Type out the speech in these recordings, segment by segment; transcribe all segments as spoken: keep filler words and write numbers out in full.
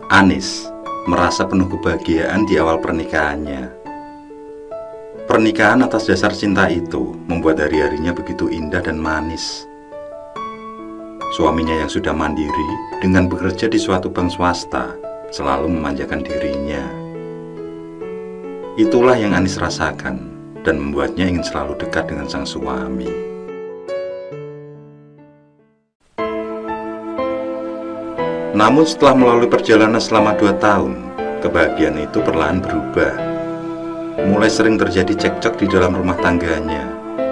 Anis merasa penuh kebahagiaan di awal pernikahannya. Pernikahan atas dasar cinta itu membuat hari-harinya begitu indah dan manis. Suaminya yang sudah mandiri dengan bekerja di suatu bank swasta selalu memanjakan dirinya. Itulah yang Anis rasakan dan membuatnya ingin selalu dekat dengan sang suami. Namun setelah melalui perjalanan selama dua tahun, kebahagiaan itu perlahan berubah. Mulai sering terjadi cekcok di dalam rumah tangganya.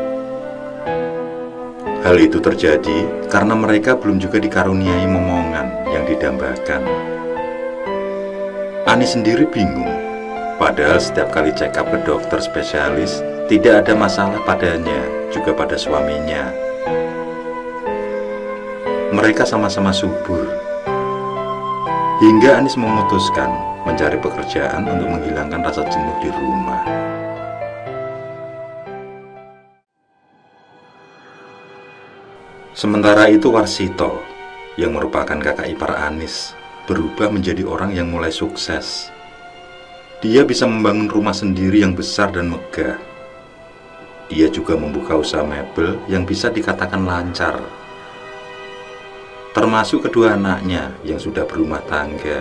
Hal itu terjadi karena mereka belum juga dikaruniai momongan yang didambakan. Anis sendiri bingung, padahal setiap kali check up ke dokter spesialis, tidak ada masalah padanya, juga pada suaminya. Mereka sama-sama subur. Hingga Anis memutuskan mencari pekerjaan untuk menghilangkan rasa jenuh di rumah. Sementara itu Warsito, yang merupakan kakak ipar Anis, berubah menjadi orang yang mulai sukses. Dia bisa membangun rumah sendiri yang besar dan megah. Dia juga membuka usaha mebel yang bisa dikatakan lancar. Termasuk kedua anaknya yang sudah berumah tangga.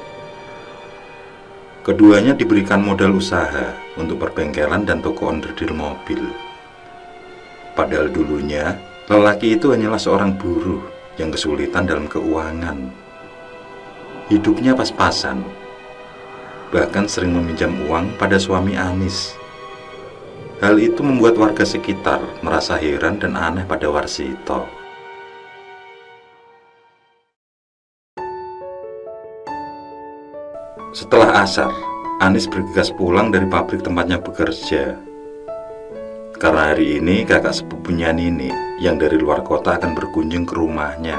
Keduanya diberikan modal usaha untuk perbengkelan dan toko onderdil mobil. Padahal dulunya, lelaki itu hanyalah seorang buruh yang kesulitan dalam keuangan. Hidupnya pas-pasan, bahkan sering meminjam uang pada suami Anis. Hal itu membuat warga sekitar merasa heran dan aneh pada Warsito. Setelah asar, Anis bergegas pulang dari pabrik tempatnya bekerja. Karena hari ini kakak sepupunya Nini yang dari luar kota akan berkunjung ke rumahnya.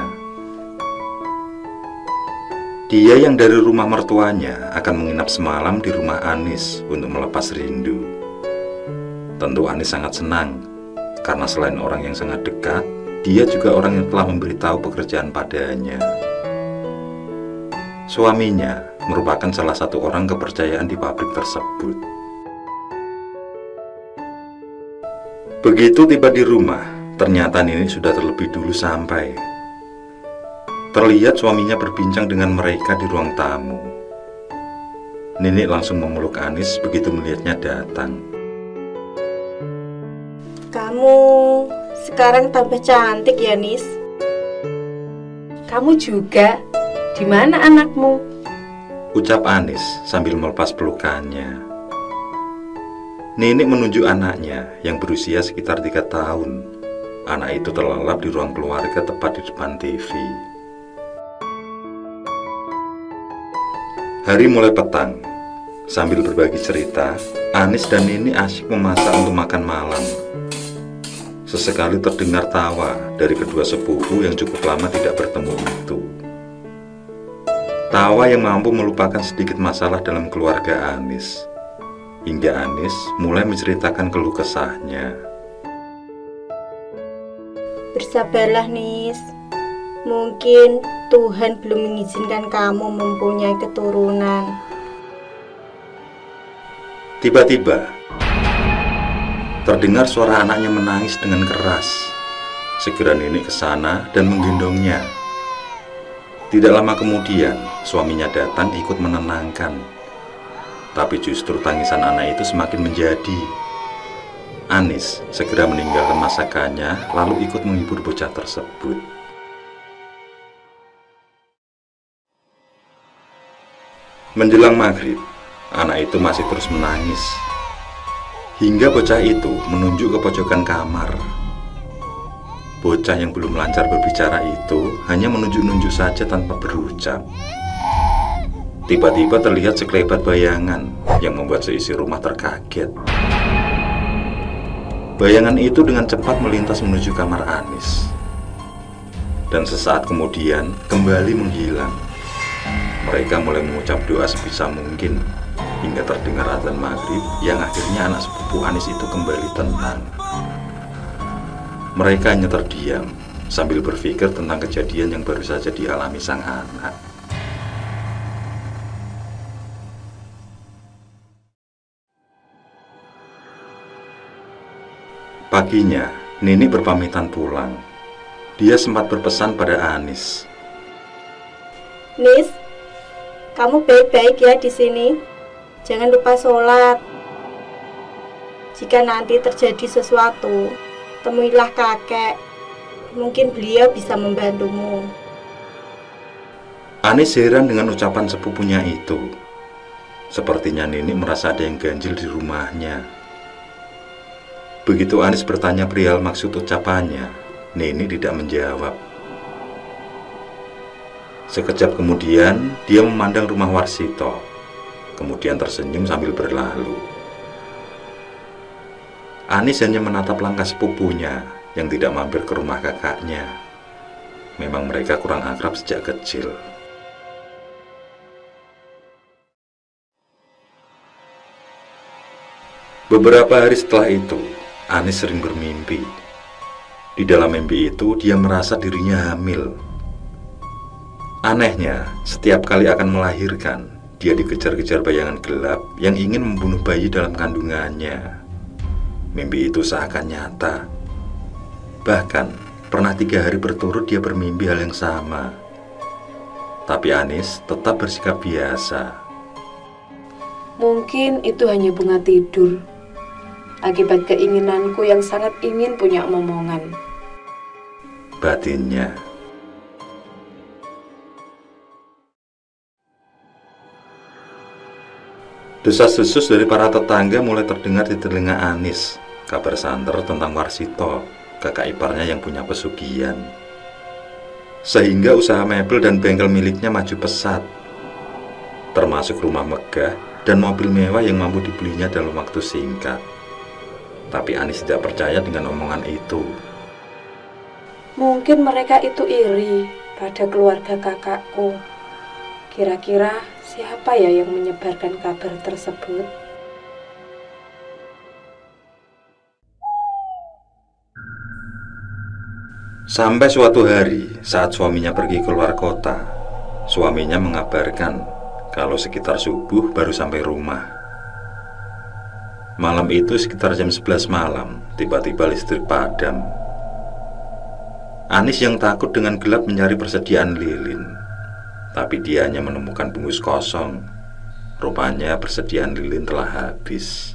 Dia yang dari rumah mertuanya akan menginap semalam di rumah Anis untuk melepas rindu. Tentu Anis sangat senang, karena selain orang yang sangat dekat, dia juga orang yang telah memberitahu pekerjaan padanya. Suaminya merupakan salah satu orang kepercayaan di pabrik tersebut. Begitu tiba di rumah, ternyata Nini sudah terlebih dulu sampai. Terlihat suaminya berbincang dengan mereka di ruang tamu. Nini langsung memeluk Anis begitu melihatnya datang. Kamu sekarang tambah cantik ya, Nis. Kamu juga. Di mana anakmu? Ucap Anis sambil melepas pelukannya. Nini menunjuk anaknya yang berusia sekitar tiga tahun. Anak itu terlelap di ruang keluarga tepat di depan T V. Hari mulai petang. Sambil berbagi cerita, Anis dan Nini asyik memasak untuk makan malam. Sesekali terdengar tawa dari kedua sepupu yang cukup lama tidak bertemu itu. Tawa yang mampu melupakan sedikit masalah dalam keluarga Anis. Hingga Anis mulai menceritakan keluh kesahnya. Bersabarlah, Nis. Mungkin Tuhan belum mengizinkan kamu mempunyai keturunan. Tiba-tiba terdengar suara anaknya menangis dengan keras. Segera Nini ke sana dan menggendongnya. Tidak lama kemudian, suaminya datang ikut menenangkan. Tapi justru tangisan anak itu semakin menjadi. Anis segera meninggalkan masakannya, lalu ikut menghibur bocah tersebut. Menjelang maghrib, anak itu masih terus menangis. Hingga bocah itu menunjuk ke pojokan kamar. Bocah yang belum lancar berbicara itu hanya menunjuk-nunjuk saja tanpa berucap. Tiba-tiba terlihat sekelebat bayangan yang membuat seisi rumah terkaget. Bayangan itu dengan cepat melintas menuju kamar Anis. Dan sesaat kemudian kembali menghilang. Mereka mulai mengucap doa sebisa mungkin hingga terdengar adzan maghrib yang akhirnya anak sepupu Anis itu kembali tenang. Mereka hanya terdiam sambil berpikir tentang kejadian yang baru saja dialami sang anak. paginya, Nini berpamitan pulang. Dia sempat berpesan pada Anis. Nis, kamu baik-baik ya di sini. Jangan lupa sholat. Jika nanti terjadi sesuatu, temuilah kakek. Mungkin beliau bisa membantumu. Anis heran dengan ucapan sepupunya itu. Sepertinya Nini merasa ada yang ganjil di rumahnya. Begitu Anis bertanya perihal maksud ucapannya, Nini tidak menjawab. Sekejap kemudian, dia memandang rumah Warsito, kemudian tersenyum sambil berlalu. Anis hanya menatap langkah sepupunya yang tidak mampir ke rumah kakaknya. Memang mereka kurang akrab sejak kecil. Beberapa hari setelah itu, Anis sering bermimpi. Di dalam mimpi itu, dia merasa dirinya hamil. Anehnya, setiap kali akan melahirkan, dia dikejar-kejar bayangan gelap yang ingin membunuh bayi dalam kandungannya. Mimpi itu seakan nyata. Bahkan, pernah tiga hari berturut dia bermimpi hal yang sama. Tapi Anis tetap bersikap biasa. Mungkin itu hanya bunga tidur, akibat keinginanku yang sangat ingin punya momongan, batinnya. Desas-desus dari para tetangga mulai terdengar di telinga Anis. Kabar santer tentang Warsito, kakak iparnya yang punya pesugihan. Sehingga usaha mebel dan bengkel miliknya maju pesat, termasuk rumah megah dan mobil mewah yang mampu dibelinya dalam waktu singkat. Tapi Anis tidak percaya dengan omongan itu. Mungkin mereka itu iri pada keluarga kakakku. Kira-kira siapa ya yang menyebarkan kabar tersebut? Sampai suatu hari, saat suaminya pergi keluar kota, suaminya mengabarkan kalau sekitar subuh baru sampai rumah. Malam itu sekitar jam sebelas malam, tiba-tiba listrik padam. Anis yang takut dengan gelap mencari persediaan lilin, tapi dia hanya menemukan bungkus kosong. Rupanya persediaan lilin telah habis.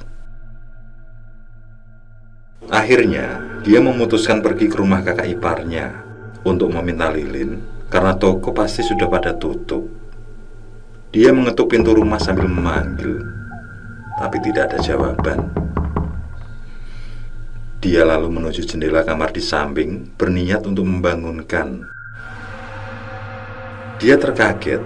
Akhirnya, dia memutuskan pergi ke rumah kakak iparnya untuk meminta lilin, karena toko pasti sudah pada tutup. Dia mengetuk pintu rumah sambil memanggil, tapi tidak ada jawaban. Dia lalu menuju jendela kamar di samping, berniat untuk membangunkan. Dia terkaget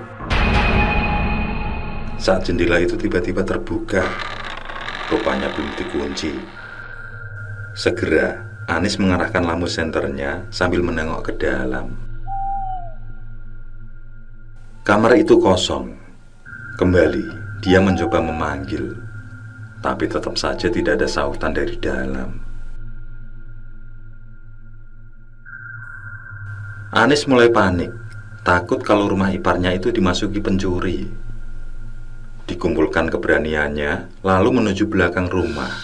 saat jendela itu tiba-tiba terbuka. Rupanya belum dikunci. Segera, Anis mengarahkan lampu senternya sambil menengok ke dalam. Kamar itu kosong. Kembali, dia mencoba memanggil, tapi tetap saja tidak ada sautan dari dalam. Anis mulai panik, takut kalau rumah iparnya itu dimasuki pencuri. Dikumpulkan keberaniannya, lalu menuju belakang rumah.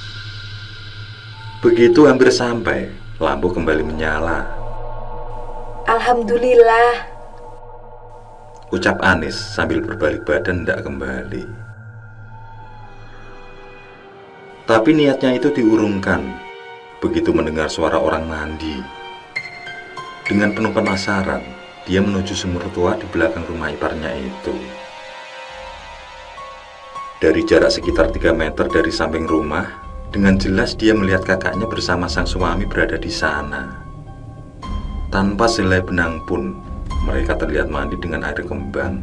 Begitu hampir sampai, lampu kembali menyala. Alhamdulillah, ucap Anis sambil berbalik badan hendak kembali. Tapi niatnya itu diurungkan begitu mendengar suara orang mandi. Dengan penuh penasaran, dia menuju sumur tua di belakang rumah iparnya itu. Dari jarak sekitar tiga meter dari samping rumah, dengan jelas dia melihat kakaknya bersama sang suami berada di sana. Tanpa selai benang pun, mereka terlihat mandi dengan air kembang.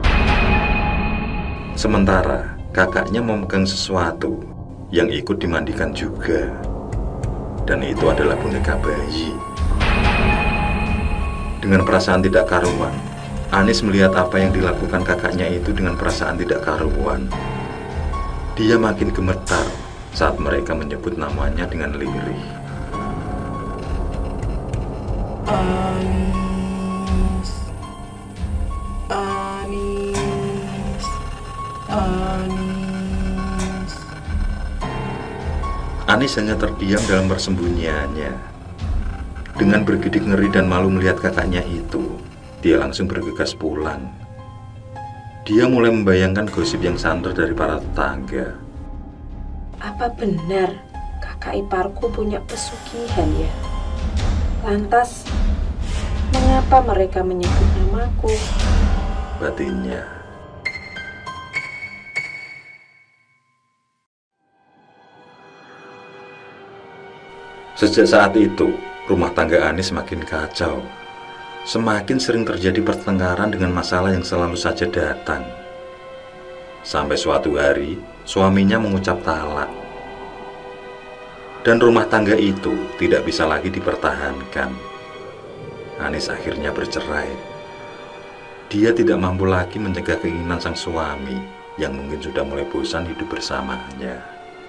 Sementara kakaknya memegang sesuatu yang ikut dimandikan juga, dan itu adalah boneka bayi. Dengan perasaan tidak karuan, Anis melihat apa yang dilakukan kakaknya itu dengan perasaan tidak karuan. Dia makin gemetar saat mereka menyebut namanya dengan lirih. Anis, Anis, Anis. Anis hanya terdiam dalam persembunyiannya. Dengan bergidik ngeri dan malu melihat kakaknya itu, dia langsung bergegas pulang. Dia mulai membayangkan gosip yang santer dari para tetangga. Apa benar kakak iparku punya pesugihan ya? Lantas, mengapa mereka menyebut namaku? Batinnya. Sejak saat itu, rumah tangga Anis semakin kacau. Semakin sering terjadi pertengkaran dengan masalah yang selalu saja datang. Sampai suatu hari, suaminya mengucap talak. Dan rumah tangga itu tidak bisa lagi dipertahankan. Anis akhirnya bercerai. Dia tidak mampu lagi mencegah keinginan sang suami yang mungkin sudah mulai bosan hidup bersamanya.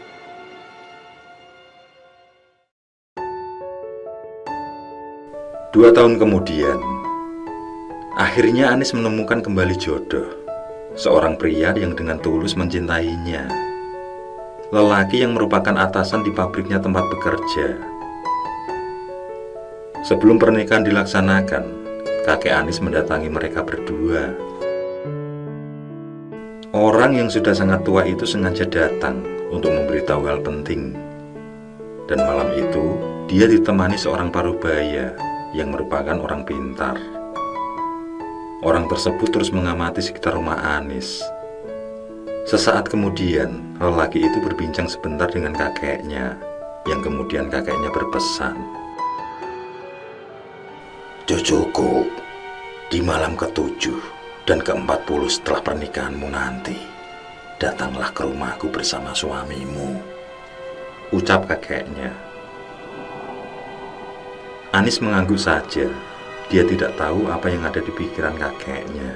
Dua tahun kemudian, akhirnya Anis menemukan kembali jodoh, seorang pria yang dengan tulus mencintainya. Lelaki yang merupakan atasan di pabriknya tempat bekerja. Sebelum pernikahan dilaksanakan, kakek Anis mendatangi mereka berdua. Orang yang sudah sangat tua itu sengaja datang untuk memberitahu hal penting. Dan malam itu, dia ditemani seorang parubaya yang merupakan orang pintar. Orang tersebut terus mengamati sekitar rumah Anis. Sesaat kemudian, lelaki itu berbincang sebentar dengan kakeknya, yang kemudian kakeknya berpesan. Cucuku, di malam ketujuh dan keempat puluh setelah pernikahanmu nanti, datanglah ke rumahku bersama suamimu, ucap kakeknya. Anis mengangguk saja. Dia tidak tahu apa yang ada di pikiran kakeknya.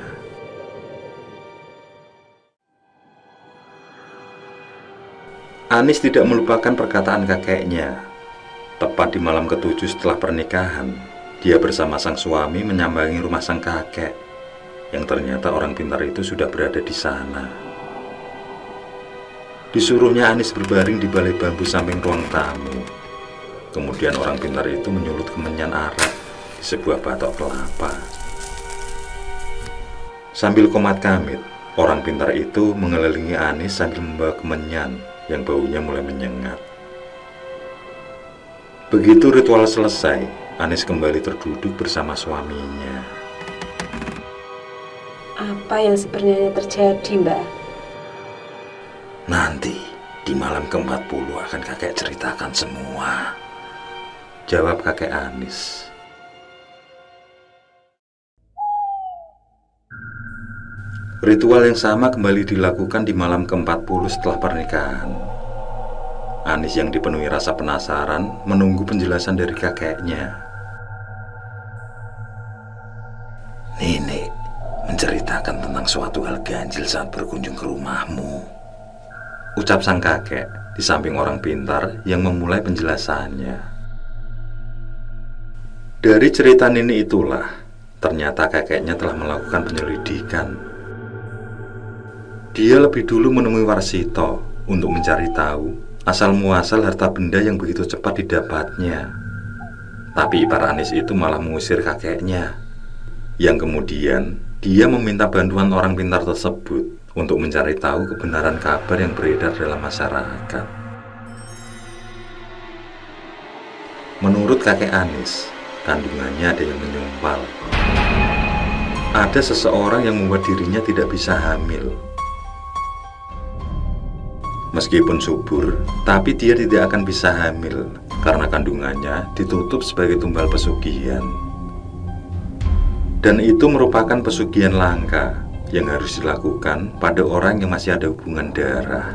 Anis tidak melupakan perkataan kakeknya. Tepat di malam ketujuh setelah pernikahan, dia bersama sang suami menyambangi rumah sang kakek, yang ternyata orang pintar itu sudah berada di sana. Disuruhnya Anis berbaring di balai bambu samping ruang tamu. Kemudian orang pintar itu menyulut kemenyan arak di sebuah batok kelapa. Sambil komat kamit, orang pintar itu mengelilingi Anis sambil membawa kemenyan yang baunya mulai menyengat. Begitu ritual selesai, Anis kembali terduduk bersama suaminya. Apa yang sebenarnya terjadi, Mbak? Nanti, di malam keempat puluh akan kakek ceritakan semua, jawab kakek Anis. Ritual yang sama kembali dilakukan di malam keempat puluh setelah pernikahan. Anis yang dipenuhi rasa penasaran menunggu penjelasan dari kakeknya. Nenek menceritakan tentang suatu hal ganjil saat berkunjung ke rumahmu, ucap sang kakek di samping orang pintar yang memulai penjelasannya. Dari cerita nenek itulah, ternyata kakeknya telah melakukan penyelidikan. Dia lebih dulu menemui Warsito untuk mencari tahu asal-muasal harta benda yang begitu cepat didapatnya. Tapi ipar Anis itu malah mengusir kakeknya, yang kemudian dia meminta bantuan orang pintar tersebut untuk mencari tahu kebenaran kabar yang beredar dalam masyarakat. Menurut kakek Anis, kandungannya ada yang menyumpal. Ada seseorang yang membuat dirinya tidak bisa hamil. Meskipun subur, tapi dia tidak akan bisa hamil karena kandungannya ditutup sebagai tumbal pesugihan. Dan itu merupakan pesugihan langka yang harus dilakukan pada orang yang masih ada hubungan darah.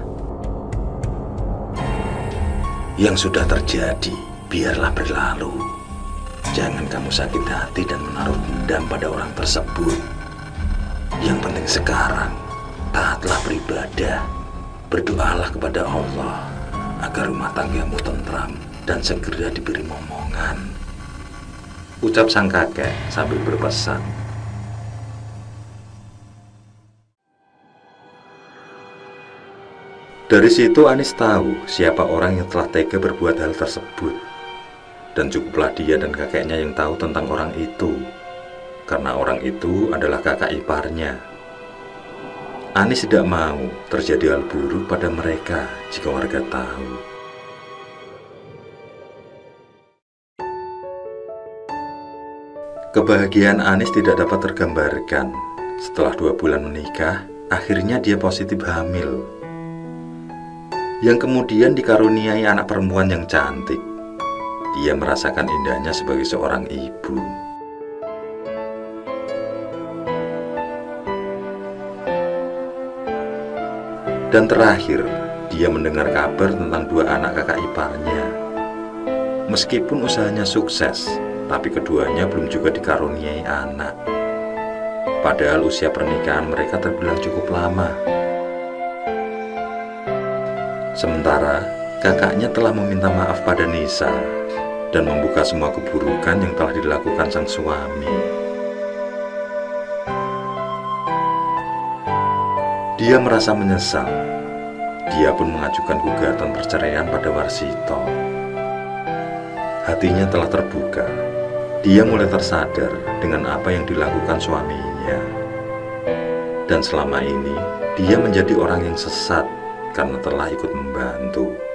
Yang sudah terjadi, biarlah berlalu. Jangan kamu sakit hati dan menaruh dendam pada orang tersebut. Yang penting sekarang, taatlah beribadah. Berdoalah kepada Allah agar rumah tanggamu tentram dan segera diberi momongan, ucap sang kakek sambil berpesan. Dari situ Anis tahu siapa orang yang telah tega berbuat hal tersebut. Dan cukuplah dia dan kakeknya yang tahu tentang orang itu, karena orang itu adalah kakak iparnya. Anis tidak mau terjadi hal buruk pada mereka jika warga tahu. Kebahagiaan Anis tidak dapat tergambarkan. Setelah dua bulan menikah, akhirnya dia positif hamil, yang kemudian dikaruniai anak perempuan yang cantik. Dia merasakan indahnya sebagai seorang ibu. Dan terakhir, dia mendengar kabar tentang dua anak kakak iparnya. Meskipun usahanya sukses, tapi keduanya belum juga dikaruniai anak. Padahal usia pernikahan mereka terbilang cukup lama. Sementara kakaknya telah meminta maaf pada Nisa dan membuka semua keburukan yang telah dilakukan sang suami. Dia merasa menyesal. Dia pun mengajukan gugatan perceraian pada Warsito. Hatinya telah terbuka. Dia mulai tersadar dengan apa yang dilakukan suaminya. Dan selama ini dia menjadi orang yang sesat karena telah ikut membantu.